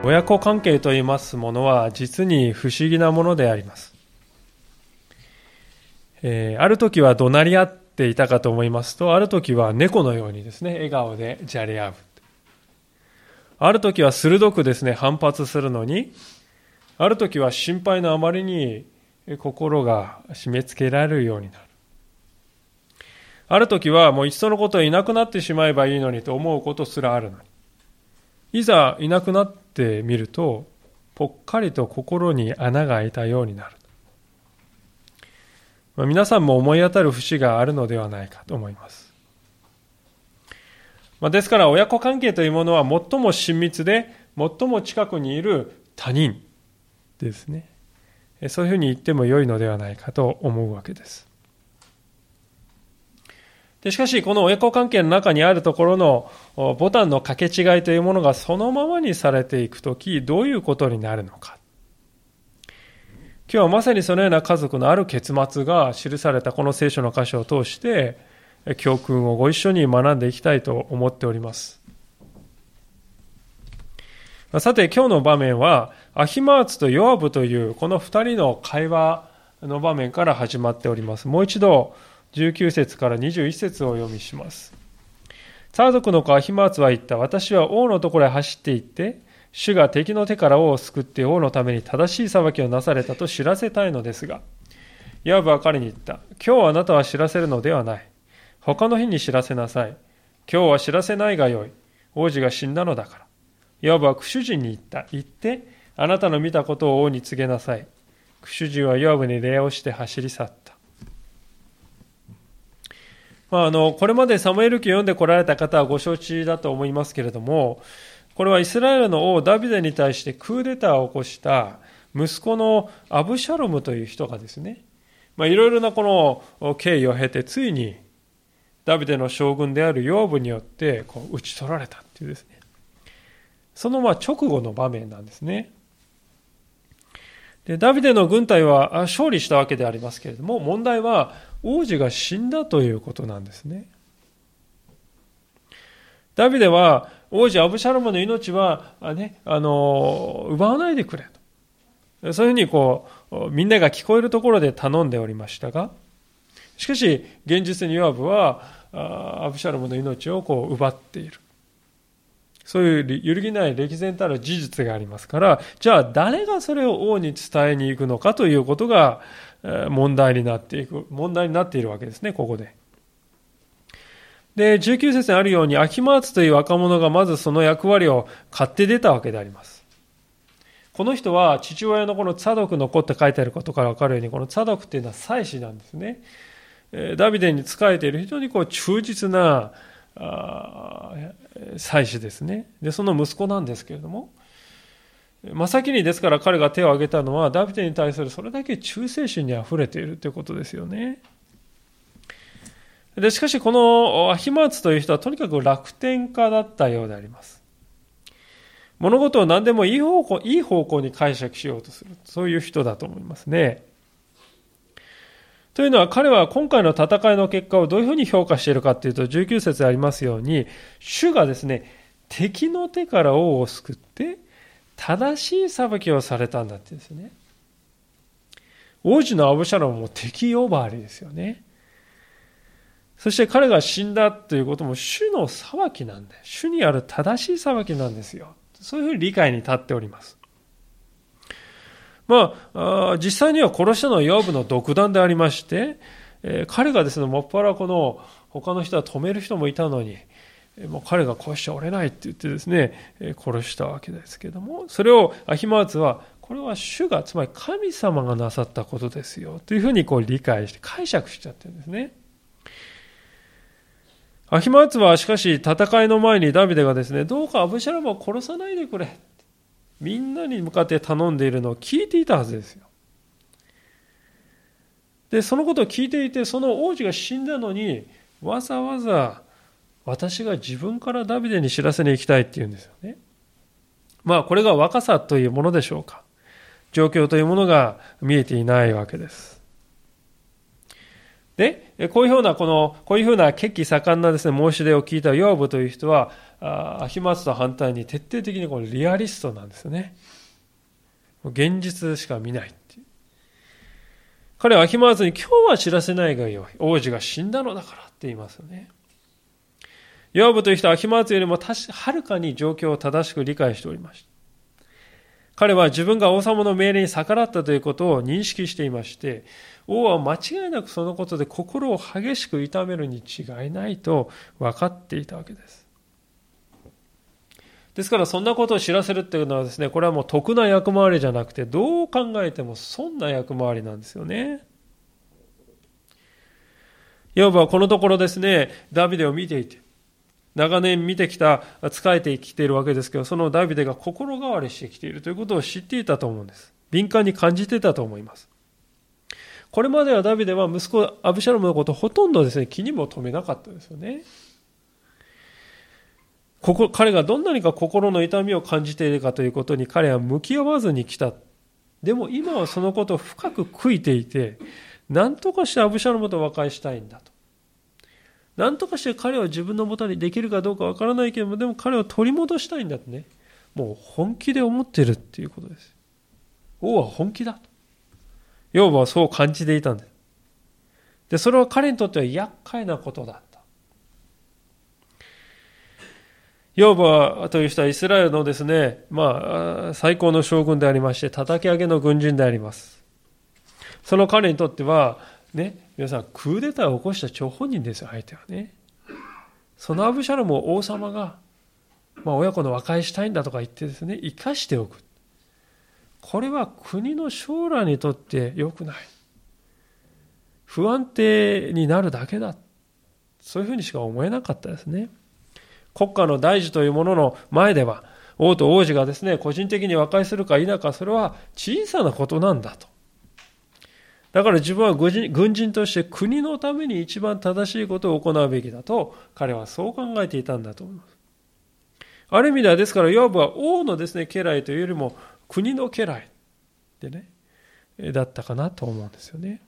親子関係といいますものは実に不思議なものであります。ある時は怒鳴り合っていたかと思いますと、ある時は猫のようにですね、笑顔でじゃれ合う。ある時は鋭くですね、反発するのに、ある時は心配のあまりに心が締め付けられるようになる。ある時はもういっそのこといなくなってしまえばいいのにと思うことすらあるのに、いざいなくなってみると、ぽっかりと心に穴が開いたようになる。皆さんも思い当たる節があるのではないかと思います。ですから親子関係というものは最も親密で最も近くにいる他人ですね。そういうふうに言っても良いのではないかと思うわけです。しかしこの親子関係の中にあるところのボタンの掛け違いというものがそのままにされていくとき、どういうことになるのか。今日はまさにそのような家族のある結末が記されたこの聖書の箇所を通して教訓をご一緒に学んでいきたいと思っております。さて今日の場面はアヒマーツとヨアブというこの二人の会話の場面から始まっております。もう一度19節から21節をお読みします。サードクの子アヒマーツは言った。私は王のところへ走って行って、主が敵の手から王を救って王のために正しい裁きをなされたと知らせたいのですが、ヨアブは彼に言った。今日あなたは知らせるのではない。他の日に知らせなさい。今日は知らせないがよい。王子が死んだのだから。ヨアブはクシュ人に言った。言って、あなたの見たことを王に告げなさい。クシュ人はヨアブに礼をして走り去った。これまでサムエル記を読んでこられた方はご承知だと思いますけれども、これはイスラエルの王ダビデに対してクーデターを起こした息子のアブシャロムという人がですね、いろいろなこの経緯を経て、ついにダビデの将軍であるヨアブによって討ち取られたっていうですね、その直後の場面なんですね。でダビデの軍隊は勝利したわけでありますけれども、問題は王子が死んだということなんですね。ダビデは王子アブシャロムの命は、奪わないでくれと、そういうふうにみんなが聞こえるところで頼んでおりましたが、しかし現実にヨアブはアブシャロムの命を奪っている。そういう揺るぎない歴然たる事実がありますから、じゃあ誰がそれを王に伝えに行くのかということが問題になっているわけですね、ここで。で、19節にあるように、アヒマーツという若者がまずその役割を買って出たわけであります。この人は父親のこのツァドクの子って書いてあることから分かるように、このツァドクっていうのは祭司なんですね。ダビデに仕えている非常に忠実な祭司ですね。で、その息子なんですけれども、真先にですから彼が手を挙げたのは、ダビデに対するそれだけ忠誠心にあふれているということですよね。でしかしこのアヒマーツという人はとにかく楽天家だったようであります。物事を何でもいい方向に解釈しようとする、そういう人だと思いますね。というのは彼は今回の戦いの結果をどういうふうに評価しているかというと、19節ありますように、主がですね、敵の手から王を救って正しい裁きをされたんだってですね。王子のアブシャロムも敵呼ばわりですよね。そして彼が死んだということも主の裁きなんだよ。主にある正しい裁きなんですよ。そういうふうに理解に立っております。実際には殺したのはヨアブの独断でありまして、彼がですね、もっぱらこの他の人は止める人もいたのに、もう彼が殺しちゃおれないって言ってですね、殺したわけですけれども、それをアヒマーツは、これは主が、つまり神様がなさったことですよというふうに理解して解釈しちゃってるんですね。アヒマーツはしかし戦いの前にダビデがですね、どうかアブシャロムを殺さないでくれ、みんなに向かって頼んでいるのを聞いていたはずですよ。でそのことを聞いていて、その王子が死んだのにわざわざ私が自分からダビデに知らせに行きたいって言うんですよね。これが若さというものでしょうか。状況というものが見えていないわけです。 で、こういうふうな血気盛んなですね、申し出を聞いたヨアブという人は、アヒマーツと反対に徹底的にこのリアリストなんですよね。現実しか見ないっていう。彼はアヒマーツに今日は知らせないがよい。王子が死んだのだからって言いますよね。ヨアブという人はアヒマーツよりもはるかに状況を正しく理解しておりました。彼は自分が王様の命令に逆らったということを認識していまして、王は間違いなくそのことで心を激しく痛めるに違いないと分かっていたわけです。ですからそんなことを知らせるっていうのはですね、これはもう得な役回りじゃなくて、どう考えても損な役回りなんですよね。ヨブはこのところですね、ダビデを見ていて、長年見てきた、仕えてきているわけですけど、そのダビデが心変わりしてきているということを知っていたと思うんです。敏感に感じていたと思います。これまではダビデは息子アブシャロムのことをほとんどですね、気にも留めなかったですよね。彼がどんなにか心の痛みを感じているかということに彼は向き合わずに来た。でも今はそのことを深く悔いていて、何とかしてアブシャロムと和解したいんだと。何とかして彼は自分のもとにできるかどうかわからないけれども、でも彼を取り戻したいんだとね。もう本気で思っているっていうことです。王は本気だと。ヨブはそう感じていたんです。で、それは彼にとっては厄介なことだった。ヨブはという人はイスラエルのですね、最高の将軍でありまして、叩き上げの軍人であります。その彼にとっては、ね、皆さん、クーデターを起こした張本人ですよ、相手はね。そのアブシャロムを王様が、親子の和解したいんだとか言ってですね、生かしておく。これは国の将来にとって良くない。不安定になるだけだ。そういうふうにしか思えなかったですね。国家の大事というものの前では、王と王子がですね、個人的に和解するか否か、それは小さなことなんだと。だから自分は軍人として国のために一番正しいことを行うべきだと、彼はそう考えていたんだと思います。ある意味ではですから、ヨアブは王のですね、家来というよりも国の家来でね、だったかなと思うんですよね。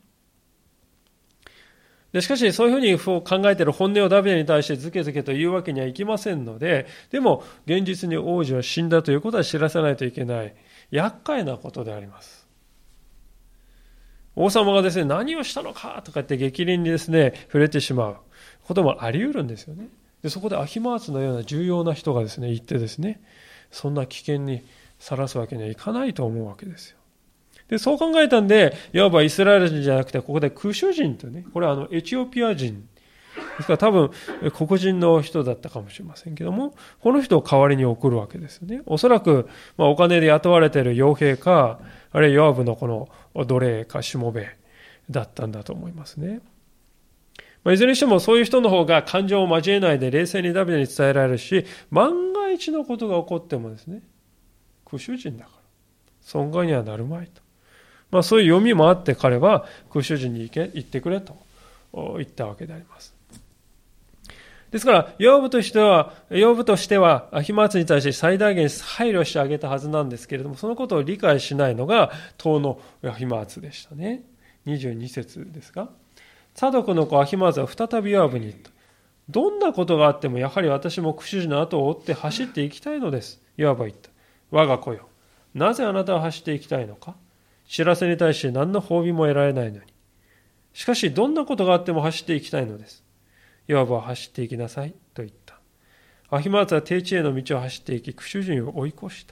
でしかし、そういうふうに考えている本音をダビデに対してずけずけと言うわけにはいきませんので、でも、現実に王子は死んだということは知らせないといけない、厄介なことであります。王様がですね、何をしたのかとか言って逆鱗にですね、触れてしまうこともあり得るんですよね。で、そこでアヒマーツのような重要な人がですね、言ってですね、そんな危険にさらすわけにはいかないと思うわけですよ。で、そう考えたんで、いわばイスラエル人じゃなくて、ここでクシュ人とね、これはエチオピア人。ですから多分、黒人の人だったかもしれませんけども、この人を代わりに送るわけですよね。おそらく、お金で雇われている傭兵か、あるいはヨアブのこの奴隷かしもべだったんだと思いますね。いずれにしてもそういう人の方が感情を交えないで冷静にダビデに伝えられるし、万が一のことが起こってもですね、クシュ人だから、損害にはなるまいと。そういう読みもあって彼はクシュ人に行ってくれと言ったわけであります。ですから、ヨブとしてはアヒマーツに対して最大限配慮してあげたはずなんですけれども、そのことを理解しないのが当のアヒマーツでしたね。22節ですが、サドクの子アヒマーツは再びヨブに言った。どんなことがあってもやはり私もクシュ人の後を追って走っていきたいのです。ヨブは言った。我が子よ。なぜあなたは走っていきたいのか。知らせに対して何の褒美も得られないのに。しかしどんなことがあっても走っていきたいのです。ヨアブは走っていきなさいと言った。アヒマーツは低地への道を走っていき、クシュ人を追い越した。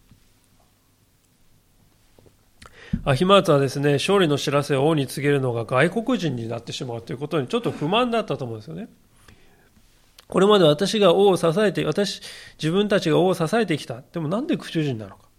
アヒマーツはですね、勝利の知らせを王に告げるのが外国人になってしまうということにちょっと不満だったと思うんですよね。これまで自分たちが王を支えてきた。でもなんでクシュ人なのか。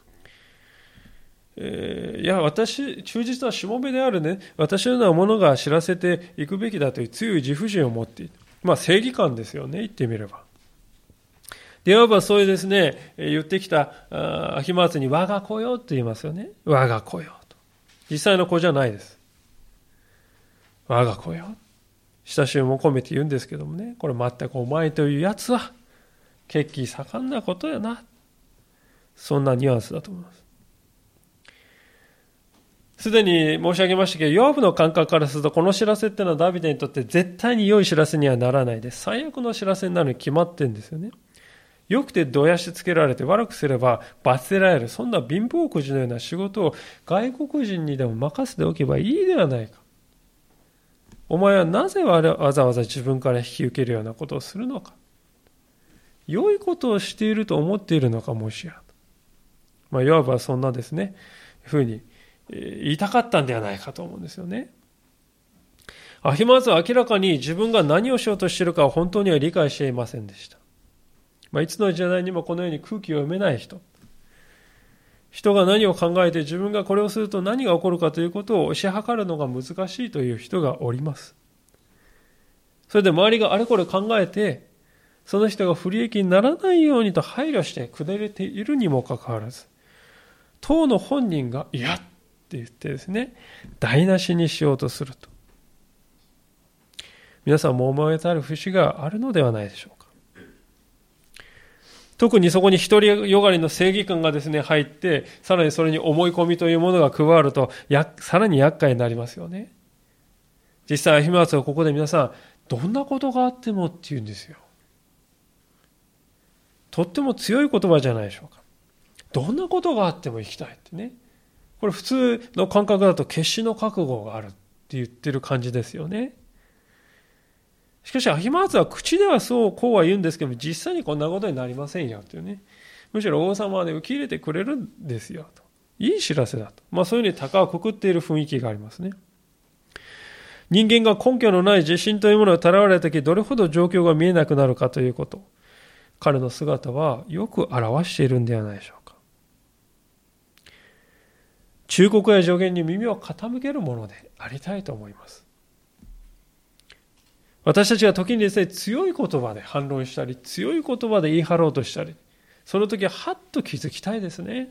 忠実なしもべであるね、私のようなものが知らせていくべきだという強い自負心を持っている。正義感ですよね、言ってみれば。で、いわばそういうですね、言ってきたアヒマーツに我が子よと言いますよね。我が子よと。実際の子じゃないです。我が子よ。親しみも込めて言うんですけどもね、これ全くお前というやつは、血気盛んなことやな。そんなニュアンスだと思います。 すでに申し上げましたけど、ヨアブの感覚からすると、この知らせっていうのはダビデにとって絶対に良い知らせにはならないで、最悪の知らせになるに決まってるんですよね。良くてどやしつけられて、悪くすれば罰せられる、そんな貧乏くじのような仕事を外国人にでも任せておけばいいではないか。お前はなぜわざわざ自分から引き受けるようなことをするのか。良いことをしていると思っているのかもしれない。ヨアブはそんなですね、ふうに言いたかったんではないかと思うんですよね。アヒマーズは明らかに自分が何をしようとしているかを本当には理解していませんでした。いつの時代にもこのように空気を読めない人。人が何を考えて自分がこれをすると何が起こるかということを推し量るのが難しいという人がおります。それで周りがあれこれ考えて、その人が不利益にならないようにと配慮してくれているにもかかわらず、当の本人が嫌って言ってですね、台無しにしようとすると。皆さんも思い当たる節があるのではないでしょうか。特にそこに独りよがりの正義感がですね、入って、さらにそれに思い込みというものが加わると、さらに厄介になりますよね。実際、アヒマーツはここで皆さん、どんなことがあってもって言うんですよ。とっても強い言葉じゃないでしょうか。どんなことがあっても生きたいってね。これ普通の感覚だと決死の覚悟があるって言ってる感じですよね。しかしアヒマーツは口ではこうは言うんですけど、実際にこんなことになりませんよというね。むしろ王様はね、受け入れてくれるんですよと。いい知らせだと。そういうふうに高をくくっている雰囲気がありますね。人間が根拠のない自信というものをとらわれたとき、どれほど状況が見えなくなるかということ。彼の姿はよく表しているんではないでしょうか。忠告や助言に耳を傾けるものでありたいと思います。私たちが時にですね、強い言葉で反論したり、強い言葉で言い張ろうとしたり、その時ははっと気づきたいですね。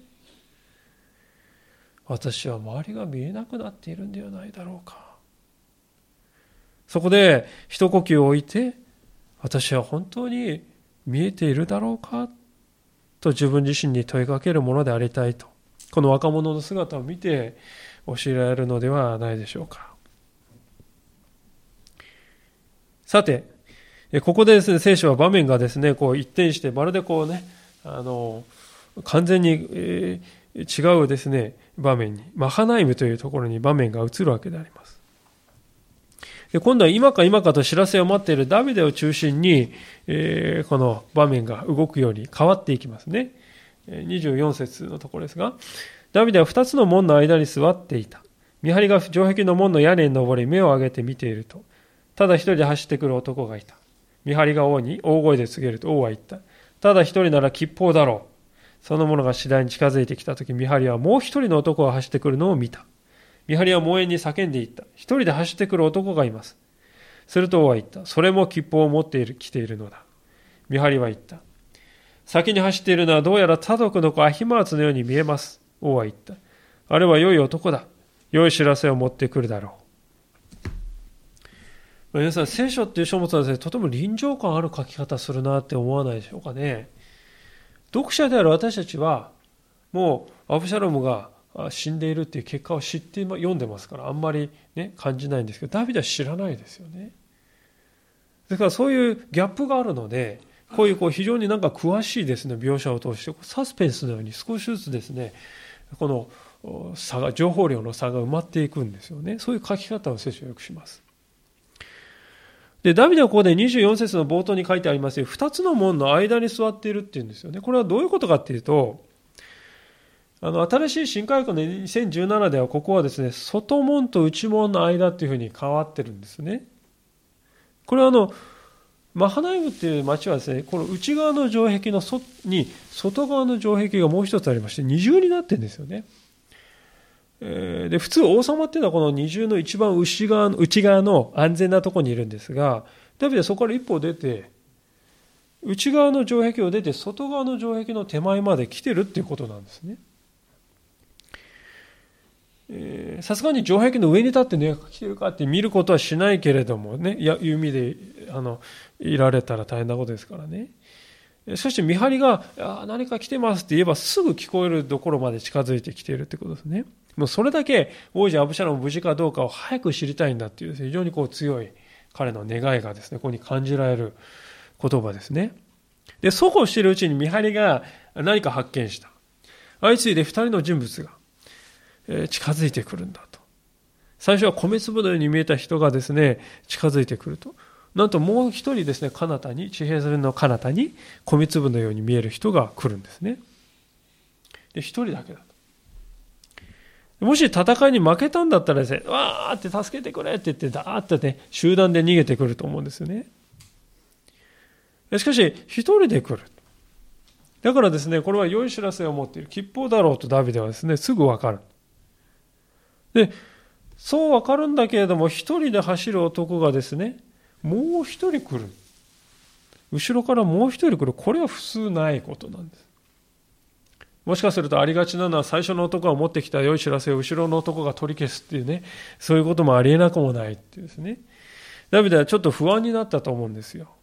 私は周りが見えなくなっているんではないだろうか。そこで一呼吸を置いて、私は本当に見えているだろうかと自分自身に問いかけるものでありたいと、この若者の姿を見て教えられるのではないでしょうか。さて、ここでですね、聖書は場面がですね、一転して、まるで完全に、違うですね、場面に、マハナイムというところに場面が移るわけであります。で、今度は今か今かと知らせを待っているダビデを中心に、この場面が動くように変わっていきますね。24節のところですが、ダビデは2つの門の間に座っていた。見張りが城壁の門の屋根に登り、目を上げて見ていると、ただ一人で走ってくる男がいた。見張りが王に大声で告げると王は言った。ただ一人なら吉報だろう。その者が次第に近づいてきたとき、見張りはもう一人の男が走ってくるのを見た。見張りは猛然に叫んでいった。一人で走ってくる男がいます。すると王は言った。それも吉報を持って来ているのだ。見張りは言った。先に走っているのはどうやら他族の子アヒマーツのように見えます。王は言った。あれは良い男だ。良い知らせを持ってくるだろう。皆さん、聖書っていう書物はですね、とても臨場感ある書き方するなって思わないでしょうかね。読者である私たちは、もうアブシャロムが死んでいるっていう結果を知って読んでますから、あんまりね、感じないんですけど、ダビデは知らないですよね。だからそういうギャップがあるので、こういう非常に詳しいですね、描写を通して、サスペンスのように少しずつですね、この情報量の差が埋まっていくんですよね。そういう書き方を聖書はよくします。で、ダビデはここで24節の冒頭に書いてありますように、2つの門の間に座っているっていうんですよね。これはどういうことかっていうと、新しい新改革の2017ではここはですね、外門と内門の間っていうふうに変わってるんですね。これはマハナイムっていう町はですね、この内側の城壁のに外側の城壁がもう一つありまして、二重になってるんですよね。で、普通王様っていうのはこの二重の一番内側の安全なところにいるんですが、ダビデはそこから一歩出て、内側の城壁を出て外側の城壁の手前まで来てるっていうことなんですね。さすがに城壁の上に立ってね、来てるかって見ることはしないけれどもね、弓でいられたら大変なことですからね。そして見張りが何か来てますって言えばすぐ聞こえるところまで近づいてきているってことですね。 もうそれだけ王子アブシャロム無事かどうかを早く知りたいんだっていう非常に強い彼の願いがですね、ここに感じられる言葉ですね。で、そうこうしているうちに見張りが何か発見した。相次いで2人の人物が近づいてくるんだと。最初は米粒のように見えた人がですね、近づいてくると。なんともう一人ですね、地平線の彼方に米粒のように見える人が来るんですね。で、一人だけだと。もし戦いに負けたんだったらですね、わーって助けてくれって言って、ダーってね、集団で逃げてくると思うんですよね。しかし、一人で来る。だからですね、これは良い知らせを持っている。吉報だろうとダビデはですね、すぐわかる。で、そうわかるんだけれども、一人で走る男がですね、もう一人来る。後ろからもう一人来る。これは普通ないことなんです。もしかするとありがちなのは、最初の男が持ってきた良い知らせを後ろの男が取り消すっていうね、そういうこともありえなくもないっていうですね。ダビデはちょっと不安になったと思うんですよ。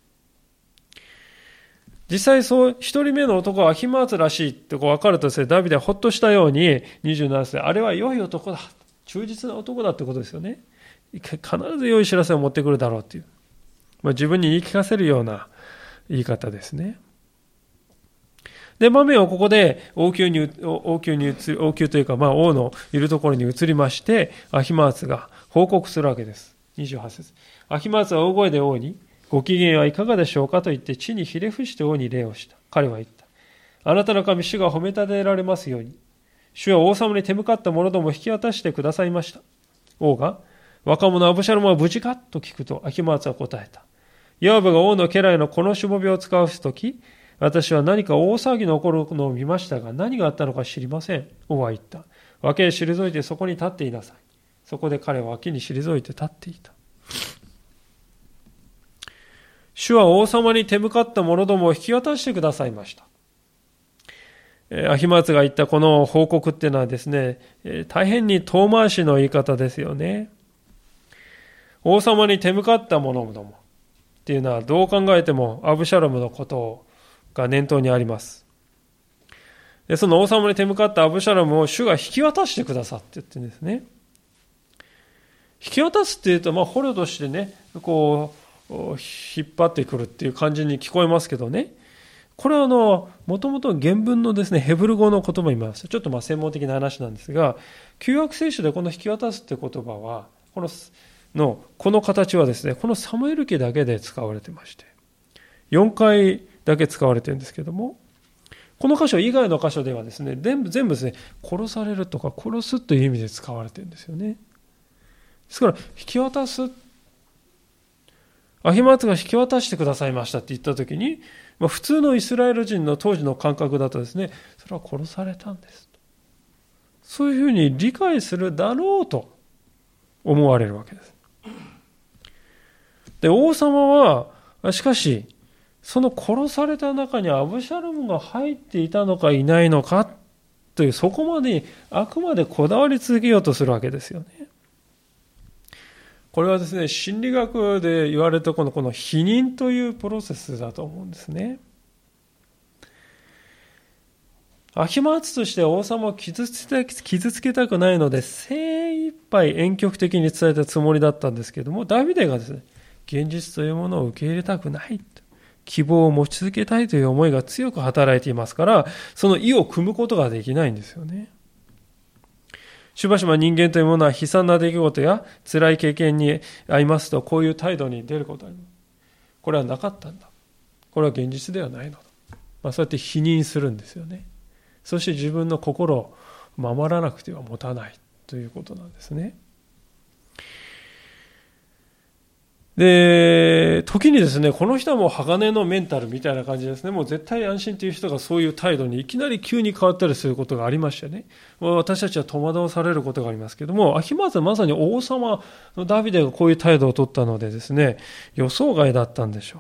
実際一人目の男はアヒマーツらしいって分かるとですね、ダビデはほっとしたように27節で、あれは良い男だ。忠実な男だってことですよね。必ず良い知らせを持ってくるだろうっていう。自分に言い聞かせるような言い方ですね。で、場面はここで王宮というか、王のいるところに移りまして、アヒマーツが報告するわけです。28節。アヒマーツは大声で王に、ご機嫌はいかがでしょうかと言って地にひれ伏して王に礼をした。彼は言った。あなたの神主が褒めたてられますように。主は王様に手向かった者どもを引き渡してくださいました。王が、若者アブシャロムは無事かと聞くと、アヒマーツは答えた。ヨアブが王の家来のこのしもべを使うとき、私は何か大騒ぎの起こるのを見ましたが、何があったのか知りません。王は言った。脇へ退いてそこに立っていなさい。そこで彼は脇に退いて立っていた。主は王様に手向かった者どもを引き渡してくださいました。アヒマーツが言ったこの報告っていうのはですね、大変に遠回しの言い方ですよね。王様に手向かった者どもっていうのはどう考えてもアブシャロムのことが念頭にあります。で、その王様に手向かったアブシャロムを主が引き渡してくださって言ってるんですね。引き渡すっていうと、捕虜としてね、引っ張ってくるっていう感じに聞こえますけどね。これはもともと原文のですね、ヘブル語の言葉に言います。ちょっと専門的な話なんですが、旧約聖書でこの引き渡すって言葉は、この形はですね、このサムエル記だけで使われてまして、4回だけ使われてるんですけども、この箇所以外の箇所ではですね、全部ですね、殺されるとか殺すという意味で使われてるんですよね。ですから、引き渡す。アヒマーツが引き渡してくださいましたって言ったときに、普通のイスラエル人の当時の感覚だとですね、それは殺されたんですと。そういうふうに理解するだろうと思われるわけです。で、王様は、しかし、その殺された中にアブシャロムが入っていたのかいないのかという、そこまであくまでこだわり続けようとするわけですよね。これはですね、心理学で言われたこの否認というプロセスだと思うんですね。アヒマーツとして王様を傷つけたくないので、精一杯婉曲的に伝えたつもりだったんですけれども、ダビデがですね、現実というものを受け入れたくないと、希望を持ち続けたいという思いが強く働いていますから、その意を組むことができないんですよね。しばしば人間というものは悲惨な出来事や辛い経験に遭いますと、こういう態度に出ることがあります。これはなかったんだ。これは現実ではないのだ。そうやって否認するんですよね。そして自分の心を守らなくては持たないということなんですね。で、時にですね、この人はもう鋼のメンタルみたいな感じですね。もう絶対安心という人がそういう態度にいきなり急に変わったりすることがありましてね。私たちは戸惑わされることがありますけども、アヒマーツはまさに王様のダビデがこういう態度を取ったのでですね、予想外だったんでしょ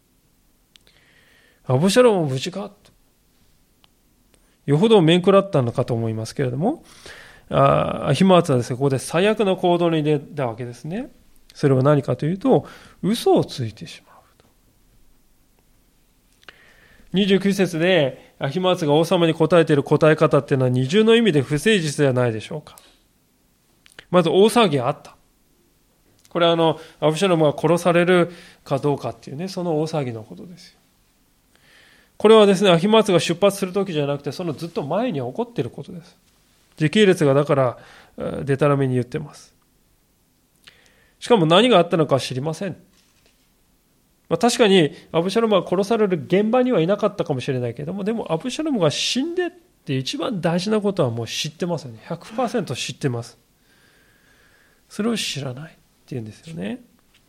う。アブシャロムも無事かと。よほど面食らったのかと思いますけれども、アヒマーツはですね、ここで最悪の行動に出たわけですね。それは何かというと、嘘をついてしまう。29節で、 アヒマーツが王様に答えている答え方っていうのは二重の意味で不誠実ではないでしょうか。まず大騒ぎがあった。これはアブシャロムが殺されるかどうかっていうね、その大騒ぎのことですよ。これはですね、アヒマーツが出発するときじゃなくて、そのずっと前に起こっていることです。時系列がだからデタラメに言ってます。しかも何があったのかは知りません。確かにアブシャロムは殺される現場にはいなかったかもしれないけれども、でもアブシャロムが死んでって一番大事なことはもう知ってますよね。100% 知ってます。それを知らないっていうんですよね。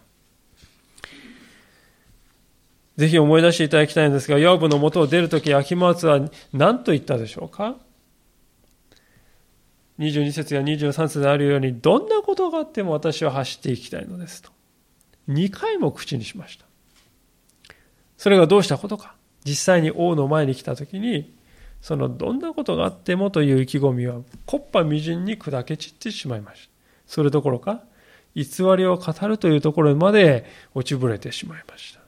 ぜひ思い出していただきたいんですが、ヨアブの元を出るときアヒマーツは何と言ったでしょうか。22節や23節であるように、どんなことがあっても私は走っていきたいのですと2回も口にしました。それがどうしたことか。実際に王の前に来たときに、そのどんなことがあってもという意気込みは木っ端みじんに砕け散ってしまいました。それどころか偽りを語るというところまで落ちぶれてしまいました。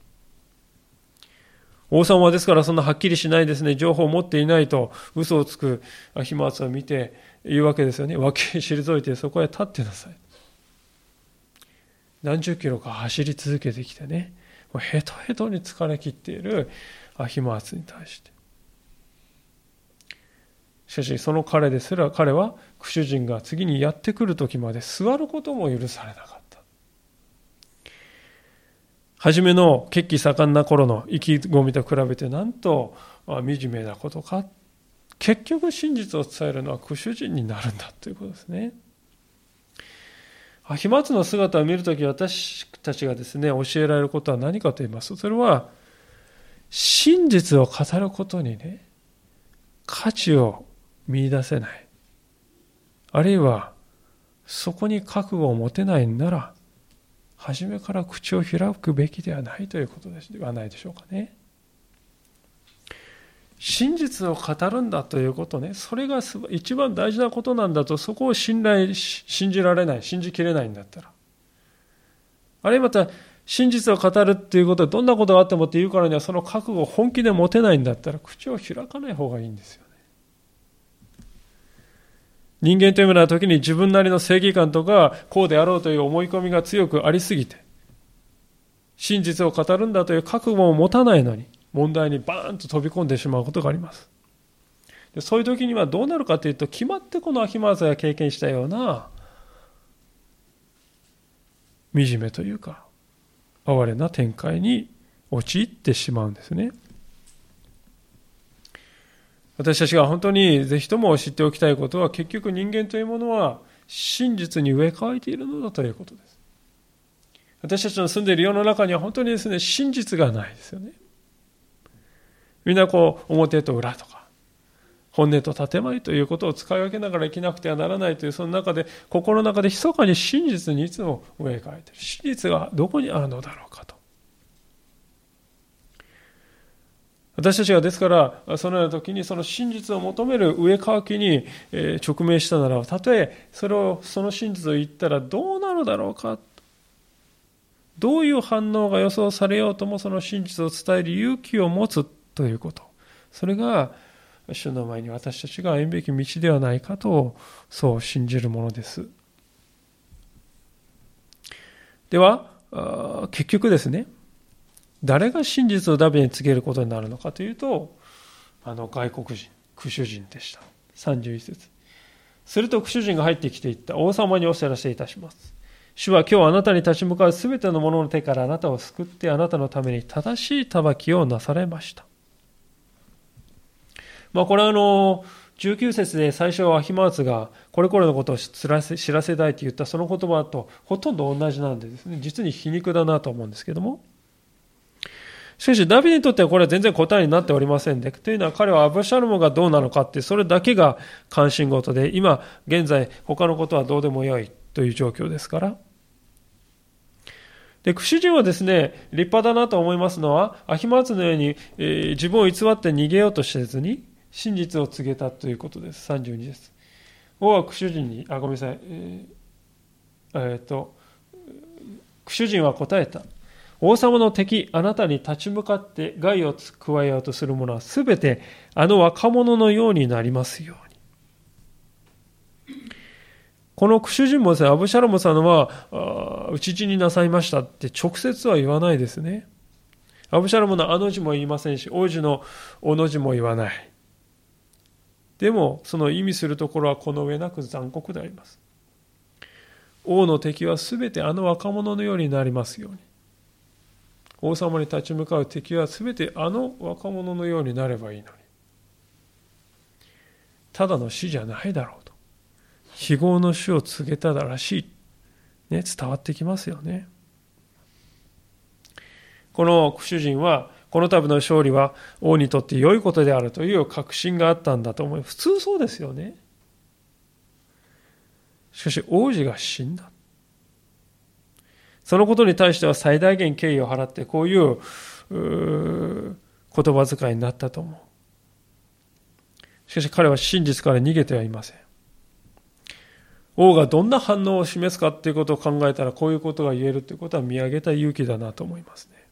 王様はですからそんなはっきりしないですね、情報を持っていないと嘘をつくアヒマーツを見て言うわけですよね。脇へ退いてそこへ立ってなさい。何十キロか走り続けてきてね、ヘトヘトに疲れ切っているアヒマーツに対して。しかしその彼ですら、彼は苦主人が次にやってくる時まで座ることも許されなかった。初めの血気盛んな頃の意気込みと比べてなんと惨めなことか。結局真実を伝えるのは苦主人になるんだということですね。アヒマーツの姿を見るとき私たちがですね、教えられることは何かと言いますと、それは真実を語ることにね、価値を見出せない。あるいはそこに覚悟を持てないんなら、初めから口を開くべきではないということではないでしょうかね。真実を語るんだということね、それが一番大事なことなんだと、そこを信じられない、信じきれないんだったら、あるいはまた真実を語るっていうことはどんなことがあってもって言うからにはその覚悟を本気で持てないんだったら口を開かない方がいいんですよね。人間というものは時に自分なりの正義感とかこうであろうという思い込みが強くありすぎて、真実を語るんだという覚悟を持たないのに問題にバーンと飛び込んでしまうことがあります。でそういう時にはどうなるかというと、決まってこのアヒマーツが経験したような惨めというか哀れな展開に陥ってしまうんですね。私たちが本当にぜひとも知っておきたいことは、結局人間というものは真実に植え替えているのだということです。私たちの住んでいる世の中には本当にですね、真実がないですよね。みんな表と裏とか本音と建前ということを使い分けながら生きなくてはならないという、その中で心の中で密かに真実にいつも植え替えている。真実がどこにあるのだろうかと。私たちがですからそのような時にその真実を求める植え替きに直面したならば、たとえその真実を言ったらどうなるだろうか、どういう反応が予想されようともその真実を伝える勇気を持つということ、それが主の前に私たちが歩むべき道ではないかと、そう信じるものです。では結局ですね、誰が真実をダビデに告げることになるのかというと、外国人、苦主人でした。31節。すると苦主人が入ってきていった。王様にお知らせいたします。主は今日あなたに立ち向かうすべての者の手からあなたを救ってあなたのために正しい裁きをなされました。これは19節で最初はアヒマーツがこれこれのことを知らせたいと言ったその言葉とほとんど同じなんでですね、実に皮肉だなと思うんですけども、しかしダビデにとってはこれは全然答えになっておりませんで、というのは彼はアブシャロムがどうなのかってそれだけが関心事で、今現在他のことはどうでもよいという状況ですから。で、苦主人はですね、立派だなと思いますのは、アヒマーツのように、自分を偽って逃げようとせずに真実を告げたということです。32です。王は苦主人に、ごめんなさい、苦主人は答えた。 王様の敵、あなたに立ち向かって害を加えようとする者はすべてあの若者のようになりますように。この主人もですね、アブシャロムさんは討ち死になさいましたって直接は言わないですね。アブシャロムのあの字も言いませんし、王子のおの字も言わない。でもその意味するところはこの上なく残酷であります。王の敵はすべてあの若者のようになりますように。王様に立ち向かう敵はすべてあの若者のようになればいいのに。ただの死じゃないだろうと。非業の死を告げたらしい。ね、伝わってきますよね。この主人は、この度の勝利は王にとって良いことであるという確信があったんだと思います。普通そうですよね。しかし王子が死んだ。そのことに対しては最大限敬意を払ってこういう言葉遣いになったと思う。しかし彼は真実から逃げてはいません。王がどんな反応を示すかということを考えたらこういうことが言えるということは見上げた勇気だなと思いますね。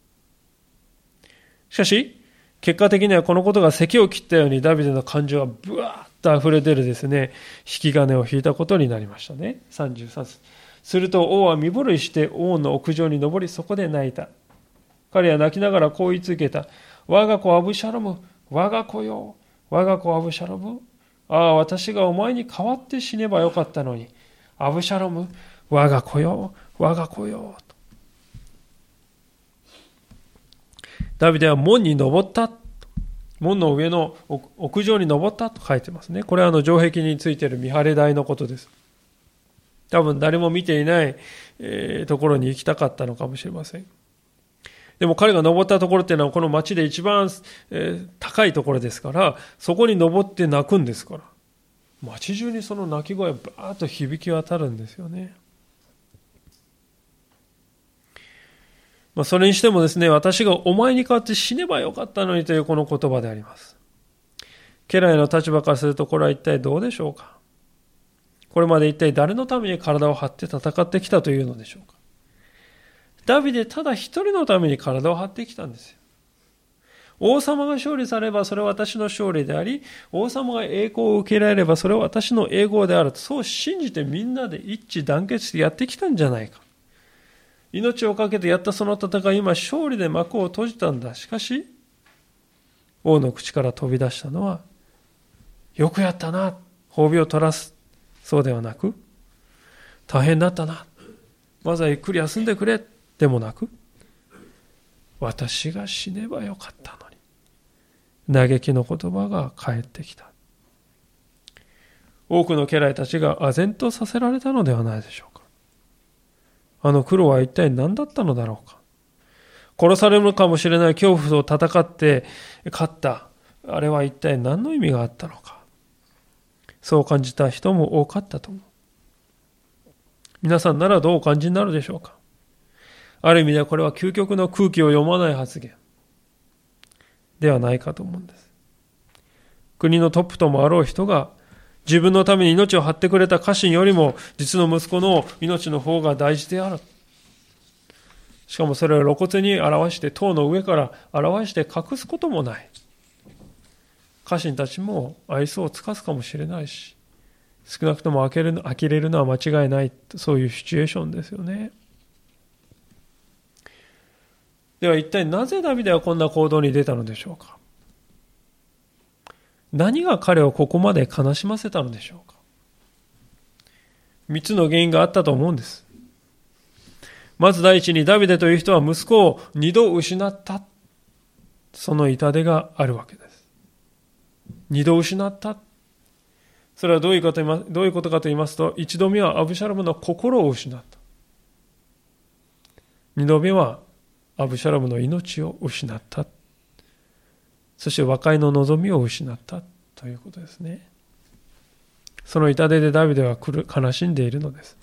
しかし結果的にはこのことが堰を切ったようにダビデの感情がブワーッと溢れ出るですね、引き金を引いたことになりましたね。33節。すると王は身震いして王の屋上に登りそこで泣いた。彼は泣きながらこう言い続けた。我が子アブシャロム、我が子よ、我が子アブシャロム。ああ、私がお前に代わって死ねばよかったのに。アブシャロム、我が子よ、我が子よ。ダビデは門に登った。門の上の屋上に登ったと書いてますね。これは城壁についている見張り台のことです。多分誰も見ていない、ところに行きたかったのかもしれません。でも彼が登ったところっていうのはこの町で一番、高いところですから、そこに登って泣くんですから。町中にその泣き声がバーッと響き渡るんですよね。それにしてもですね、私がお前に代わって死ねばよかったのにというこの言葉であります。家来の立場からするとこれは一体どうでしょうか。これまで一体誰のために体を張って戦ってきたというのでしょうか。ダビデただ一人のために体を張ってきたんですよ。王様が勝利されればそれは私の勝利であり、王様が栄光を受けられればそれは私の栄光であると、そう信じてみんなで一致団結してやってきたんじゃないか。命を懸けてやったその戦い、今勝利で幕を閉じたんだ。しかし王の口から飛び出したのは、よくやったな、褒美を取らす、そうではなく、大変だったな、まずはゆっくり休んでくれでもなく、私が死ねばよかったのに、嘆きの言葉が返ってきた。多くの家来たちが唖然とさせられたのではないでしょうか。あの苦労は一体何だったのだろうか。殺されるかもしれない恐怖と戦って勝った、あれは一体何の意味があったのか。そう感じた人も多かったと思う。皆さんならどうお感じになるでしょうか。ある意味ではこれは究極の空気を読まない発言ではないかと思うんです。国のトップともあろう人が自分のために命を張ってくれた家臣よりも実の息子の命の方が大事である。しかもそれを露骨に表して塔の上から表して隠すこともない。家臣たちも愛想を尽かすかもしれないし、少なくとも呆れるのは間違いない、そういうシチュエーションですよね。では一体なぜダビデはこんな行動に出たのでしょうか。何が彼をここまで悲しませたのでしょうか。3つの原因があったと思うんです。まず第一にダビデという人は息子を2度失った。その痛手があるわけです。2度失った。それはどういうことかと言いますと、1度目はアブシャロムの心を失った。2度目はアブシャロムの命を失った。そして和解の望みを失ったということですね。その痛手でダビデは悲しんでいるのです。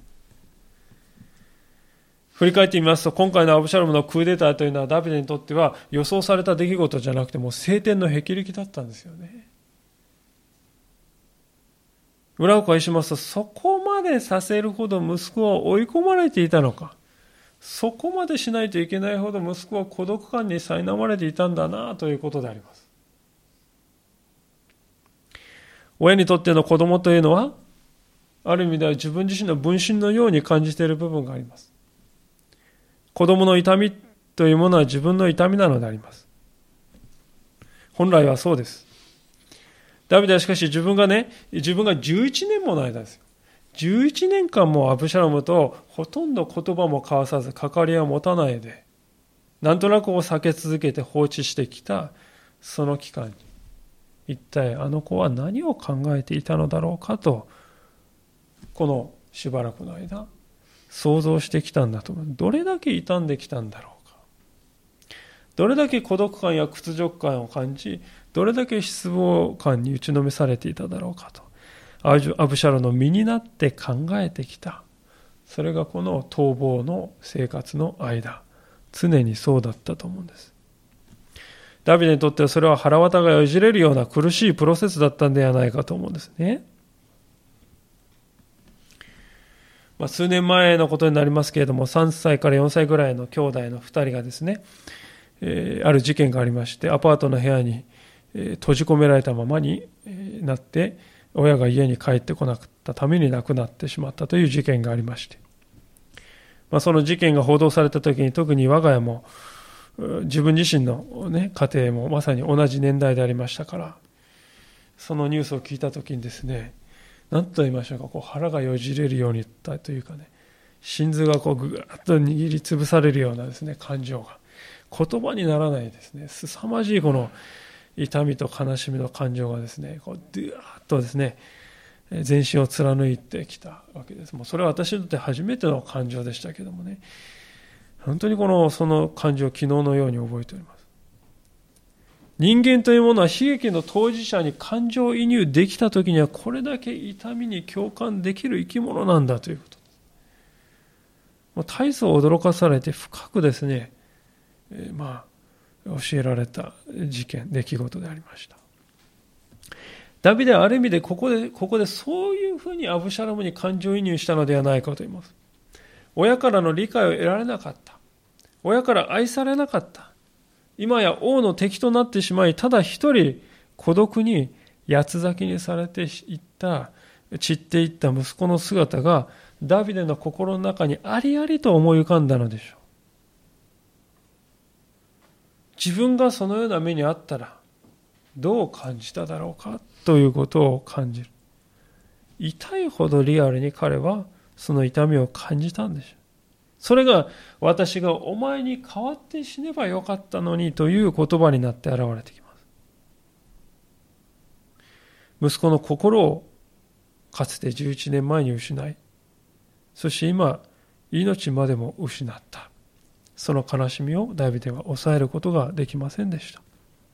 振り返ってみますと、今回のアブシャロムのクーデターというのはダビデにとっては予想された出来事じゃなくて、もう晴天の霹靂だったんですよね。裏を返しますと、そこまでさせるほど息子は追い込まれていたのか。 そこまでしないといけないほど息子は孤独感に苛まれていたんだなということであります。親にとっての子供というのは、ある意味では自分自身の分身のように感じている部分があります。子供の痛みというものは自分の痛みなのであります。本来はそうです。ダビデはしかし自分が11年もの間ですよ。11年間もアブシャロムとほとんど言葉も交わさず関わりを持たないで、なんとなく避け続けて放置してきたその期間に、一体あの子は何を考えていたのだろうかと、このしばらくの間、想像してきたんだと思う。どれだけ傷んできたんだろうか。どれだけ孤独感や屈辱感を感じ、どれだけ失望感に打ちのめされていただろうかと。アブシャロの身になって考えてきた。それがこの逃亡の生活の間、常にそうだったと思うんです。ダビデにとってはそれは腹渡がよじれるような苦しいプロセスだったんではないかと思うんですね。数年前のことになりますけれども、3歳から4歳ぐらいの兄弟の2人がですね、ある事件がありまして、アパートの部屋に閉じ込められたままになって、親が家に帰ってこなかったために亡くなってしまったという事件がありまして、その事件が報道されたときに、特に我が家も自分自身の、家庭もまさに同じ年代でありましたから、そのニュースを聞いたときにですね、何と言いましょうか、腹がよじれるようになったというかね、心臓がぐーっと握りつぶされるようなですね、感情が言葉にならないですね、凄まじいこの痛みと悲しみの感情がですね、ドゥーッとですね、全身を貫いてきたわけです。もうそれは私にとって初めての感情でしたけどもね、本当にその感情を昨日のように覚えております。人間というものは悲劇の当事者に感情移入できたときには、これだけ痛みに共感できる生き物なんだということです。もう大層驚かされて深くですね、教えられた出来事でありました。ダビデはある意味でここでそういうふうにアブシャロムに感情移入したのではないかと言います。親からの理解を得られなかった。親から愛されなかった。今や王の敵となってしまい、ただ一人孤独に八つ裂きにされていった、散っていった息子の姿がダビデの心の中にありありと思い浮かんだのでしょう。自分がそのような目にあったらどう感じただろうかということを感じる。痛いほどリアルに彼はその痛みを感じたんでしょう。それが私がお前に代わって死ねばよかったのにという言葉になって現れてきます。息子の心をかつて11年前に失い、そして今命までも失った。その悲しみをダビデは抑えることができませんでした。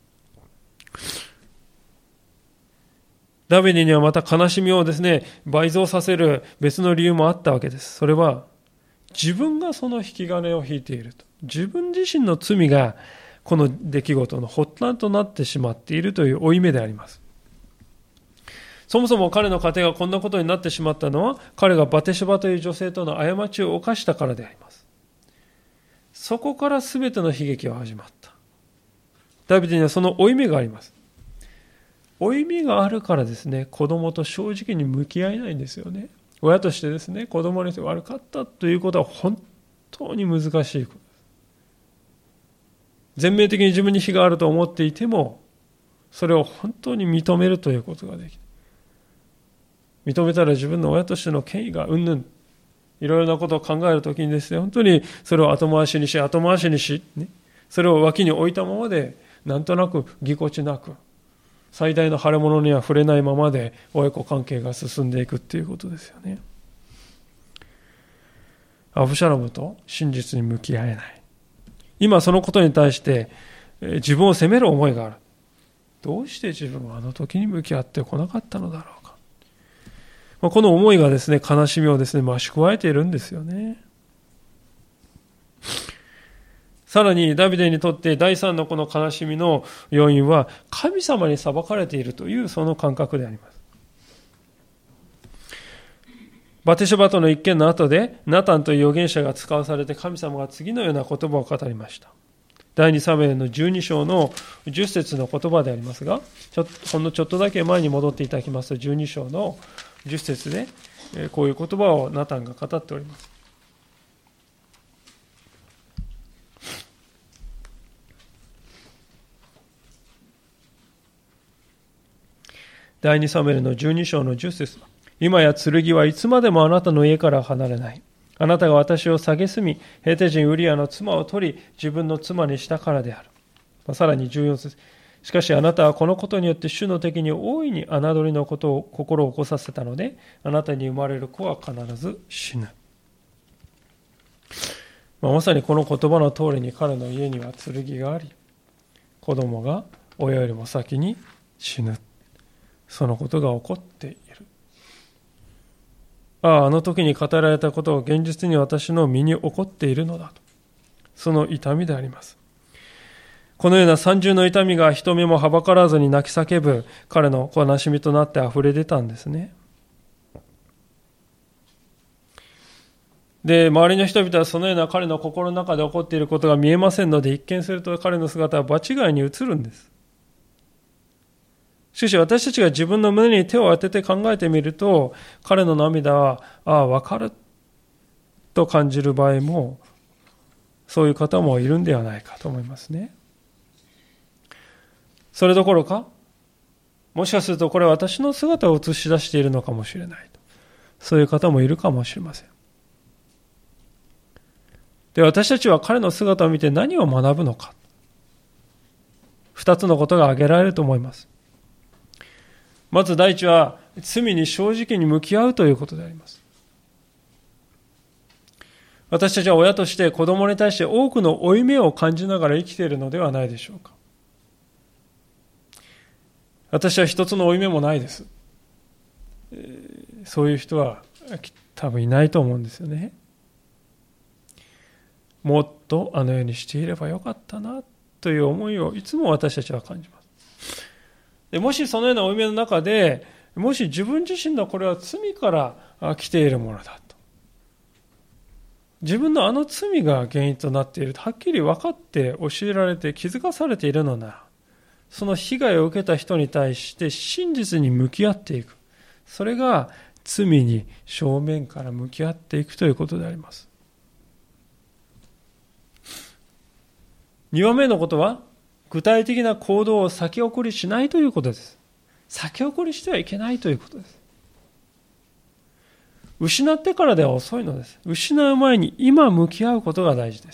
ダビデにはまた悲しみをですね、倍増させる別の理由もあったわけです。それは自分がその引き金を引いていると。自分自身の罪がこの出来事の発端となってしまっているという負い目であります。そもそも彼の家庭がこんなことになってしまったのは、彼がバテシバという女性との過ちを犯したからであります。そこから全ての悲劇は始まった。ダビデにはその負い目があります。負い目があるからですね、子供と正直に向き合えないんですよね。親としてですね、子供にして悪かったということは本当に難しいことです。全面的に自分に非があると思っていても、それを本当に認めるということができる。認めたら自分の親としての権威がうんぬん、いろいろなことを考えるときにですね、本当にそれを後回しにし、ね、それを脇に置いたままで、なんとなくぎこちなく、最大の腫れ物には触れないままで親子関係が進んでいくっていうことですよね。アブシャロムと真実に向き合えない。今そのことに対して自分を責める思いがある。どうして自分はあの時に向き合ってこなかったのだろうか。この思いがですね、悲しみをですね、増し加えているんですよね。さらにダビデにとって第三のこの悲しみの要因は、神様に裁かれているというその感覚であります。 バテシェバとの一件の後で、ナタンという預言者が使わされて、神様が次のような言葉を語りました。第2サムエルの12章の10節の言葉でありますが、ほんのちょっとだけ前に戻っていただきますと、12章の10節で、こういう言葉をナタンが語っております。第2サムエルの12章の10節。今や剣はいつまでもあなたの家から離れない。あなたが私を蔑み、ヘテ人ウリアの妻を取り、自分の妻にしたからである。さらに14節。しかしあなたはこのことによって主の敵に大いに侮りのことを心を起こさせたので、あなたに生まれる子は必ず死ぬ。まさにこの言葉の通りに彼の家には剣があり、子供が親よりも先に死ぬ。そのことが起こっている。あの時に語られたことが現実に私の身に起こっているのだと。その痛みであります。このような三重の痛みが人目もはばからずに泣き叫ぶ彼の悲しみとなってあふれ出たんですね。で、周りの人々はそのような彼の心の中で起こっていることが見えませんので、一見すると彼の姿は場違いに映るんです。しかし私たちが自分の胸に手を当てて考えてみると、彼の涙は、わかると感じる場合も、そういう方もいるんではないかと思いますね。それどころか、もしかするとこれは私の姿を映し出しているのかもしれないと。そういう方もいるかもしれません。で、私たちは彼の姿を見て何を学ぶのか。二つのことが挙げられると思います。まず第一は、罪に正直に向き合うということであります。私たちは親として子供に対して多くの負い目を感じながら生きているのではないでしょうか。私は一つの負い目もないです。そういう人は多分いないと思うんですよね。もっとあのようにしていればよかったなという思いをいつも私たちは感じます。でもしそのような負い目の中で、もし自分自身のこれは罪から来ているものだと。自分のあの罪が原因となっているとはっきり分かって教えられて気づかされているのなら、その被害を受けた人に対して真実に向き合っていく。それが罪に正面から向き合っていくということであります。2番目のことは、具体的な行動を先送りしないということです。先送りしてはいけないということです。失ってからでは遅いのです。失う前に今向き合うことが大事です。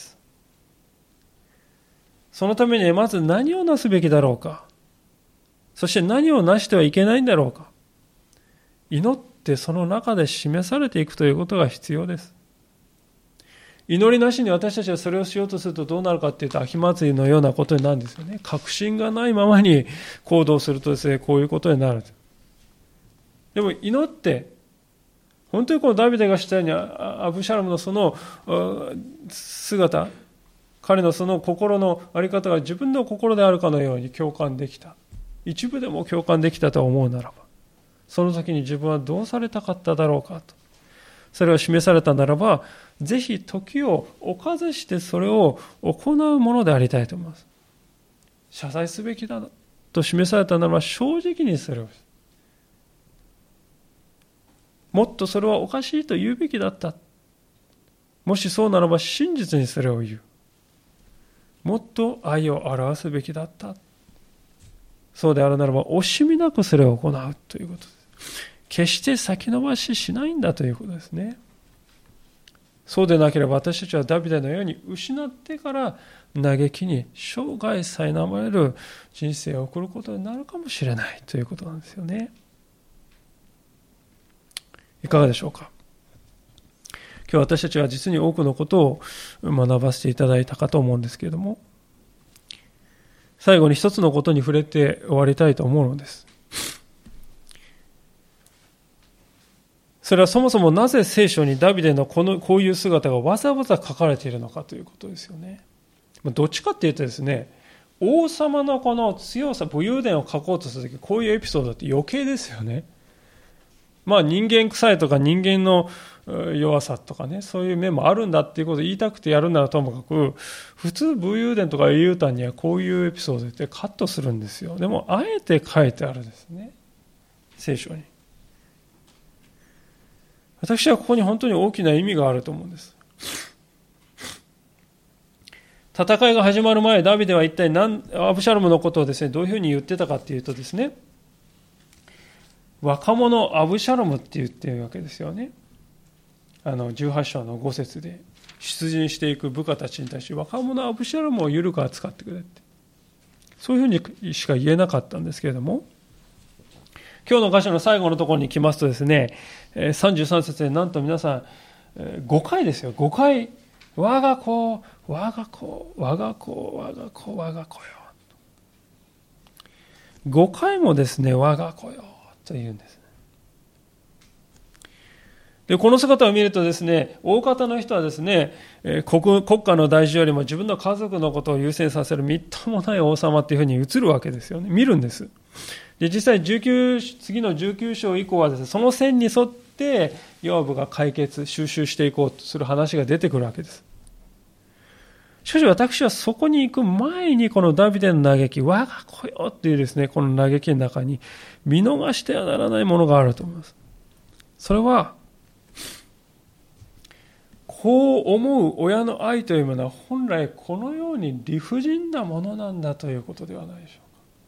そのためにまず何をなすべきだろうか。そして何をなしてはいけないんだろうか。祈ってその中で示されていくということが必要です。祈りなしに私たちはそれをしようとするとどうなるかというと、秋祭りのようなことになるんですよね。確信がないままに行動するとですね、こういうことになる。でも祈って、本当にこのダビデがしたようにアブシャロムのその姿、彼のその心の在り方が自分の心であるかのように共感できた。一部でも共感できたと思うならば、その時に自分はどうされたかっただろうかと。それを示されたならば、ぜひ時を置かずしてそれを行うものでありたいと思います。謝罪すべきだと示されたならば正直にそれを。もっとそれはおかしいと言うべきだった。もしそうならば真実にそれを言う。もっと愛を表すべきだった。そうであるならば惜しみなくそれを行うということです。決して先延ばししないんだということですね。そうでなければ私たちはダビデのように失ってから嘆きに生涯苛まれる人生を送ることになるかもしれないということなんですよね。いかがでしょうか。今日私たちは実に多くのことを学ばせていただいたかと思うんですけれども、最後に一つのことに触れて終わりたいと思うのです。それはそもそもなぜ聖書にダビデのこういう姿がわざわざ書かれているのかということですよね。どっちかっていうとですね、王様のこの強さ、武勇伝を書こうとするとき、こういうエピソードって余計ですよね。 人間臭いとか人間の弱さとかね、そういう面もあるんだっていうことを言いたくてやるならともかく、普通武勇伝とか英雄譚にはこういうエピソードでカットするんですよ。でもあえて書いてあるんですね、聖書に。私はここに本当に大きな意味があると思うんです。戦いが始まる前、ダビデは一体アブシャロムのことをですね、どういうふうに言ってたかっていうとですね、若者アブシャロムって言ってるわけですよね。18章の5節で出陣していく部下たちに対して、若者アブシャロムを緩く扱ってくれって、そういうふうにしか言えなかったんですけれども、今日の箇所の最後のところに来ますとですね、33節でなんと皆さん5回ですよ、5回、我が子、我が子、我が子、我が子、我が子よ。5回もですね、我が子よと言うんです。で、この姿を見るとですね、大方の人はですね、国家の大事よりも自分の家族のことを優先させるみっともない王様っていうふうに映るわけですよね。見るんです。で、実際次の19章以降はですね、その線に沿ってヨアブが収集していこうとする話が出てくるわけです。しかし私はそこに行く前にこのダビデの嘆き、我が子よっていうですね、この嘆きの中に見逃してはならないものがあると思います。それは、こう思う親の愛というものは本来このように理不尽なものなんだということではないでしょうか。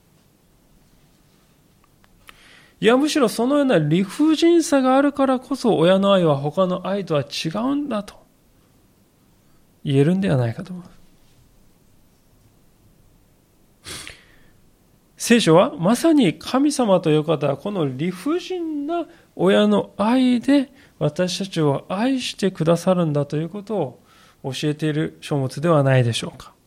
いや、むしろそのような理不尽さがあるからこそ親の愛は他の愛とは違うんだと言えるんではないかと思います。聖書はまさに神様という方はこの理不尽な親の愛で私たちを愛してくださるんだということを教えている書物ではないでしょうか。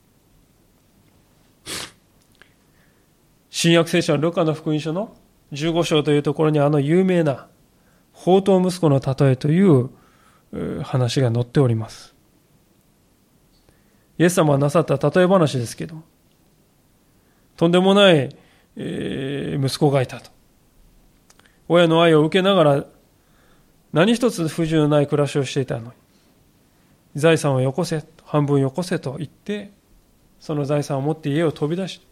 新約聖書のルカの福音書の15章というところに有名な放蕩息子の例えという話が載っております。イエス様がなさった例え話ですけど、とんでもない息子がいたと。親の愛を受けながら何一つ不自由のない暮らしをしていたのに、財産をよこせ、半分よこせと言って、その財産を持って家を飛び出し、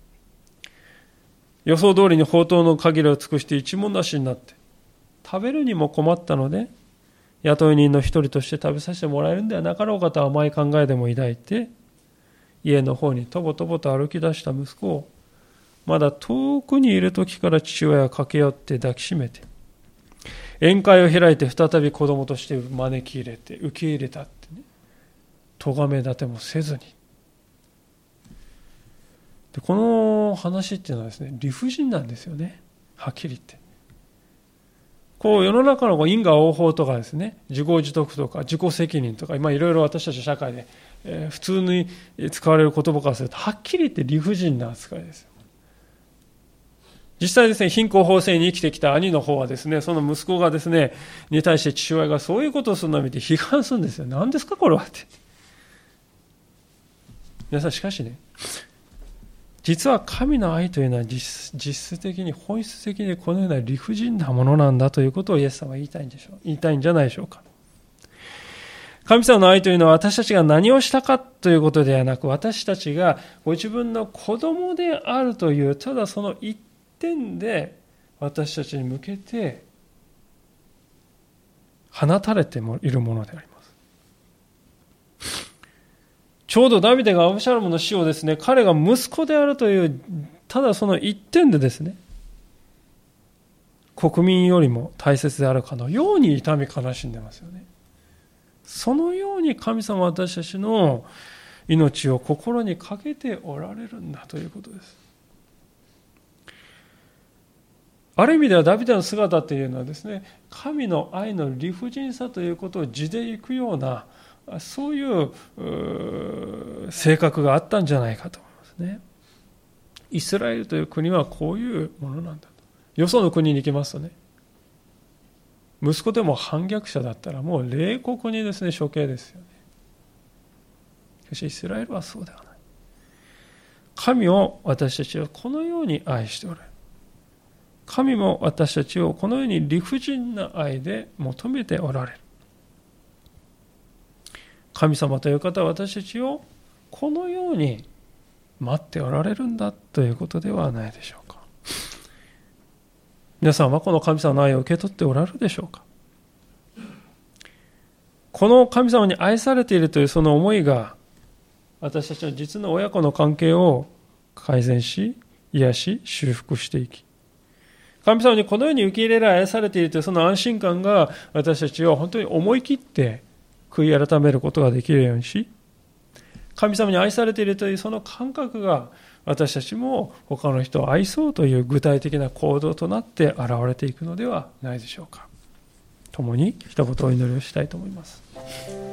予想通りに放蕩の限りを尽くして一文無しになって、食べるにも困ったので、雇い人の一人として食べさせてもらえるんではなかろうかと甘い考えでも抱いて、家の方にとぼとぼと歩き出した息子を、まだ遠くにいる時から父親が駆け寄って抱きしめて、宴会を開いて再び子供として招き入れて受け入れたってね、咎め立てもせずに。でこの話っていうのはですね、理不尽なんですよね、はっきり言って。こう世の中の因果応報とかですね、自業自得とか自己責任とか、いろいろ私たち社会で、普通に使われる言葉からするとはっきり言って理不尽な扱いですよ。実際ですね、貧困法制に生きてきた兄の方はですね、その息子がですね、に対して父親がそういうことをするのを見て批判するんですよ。何ですかこれはって。皆さんしかしね、実は神の愛というのは実質的に本質的にこのような理不尽なものなんだということをイエス様は言いたいんじゃないでしょうか。神様の愛というのは私たちが何をしたかということではなく、私たちがご自分の子供であるという、ただその一点で私たちに向けて放たれているものであります。ちょうどダビデがアブシャロムの死をですね、彼が息子であるというただその一点でですね、国民よりも大切であるかのように痛み悲しんでますよね。そのように神様は私たちの命を心にかけておられるんだということです。ある意味ではダビデの姿というのはですね、神の愛の理不尽さということを地でいくような、そういう性格があったんじゃないかと思いますね。イスラエルという国はこういうものなんだと。よその国に行きますとね、息子でも反逆者だったらもう冷酷にですね、処刑ですよね。しかしイスラエルはそうではない。神を私たちはこのように愛しておられる。 神も私たちをこのように理不尽な愛で求めておられる。神様という方は私たちをこのように待っておられるんだということではないでしょうか。皆さんはこの神様の愛を受け取っておられるでしょうか。この神様に愛されているというその思いが私たちの実の親子の関係を改善し、癒し、修復していき、神様にこのように受け入れられ愛されているというその安心感が私たちを本当に思い切って悔い改めることができるようにし、神様に愛されているというその感覚が私たちも他の人を愛そうという具体的な行動となって現れていくのではないでしょうか。共に一言お祈りをしたいと思います。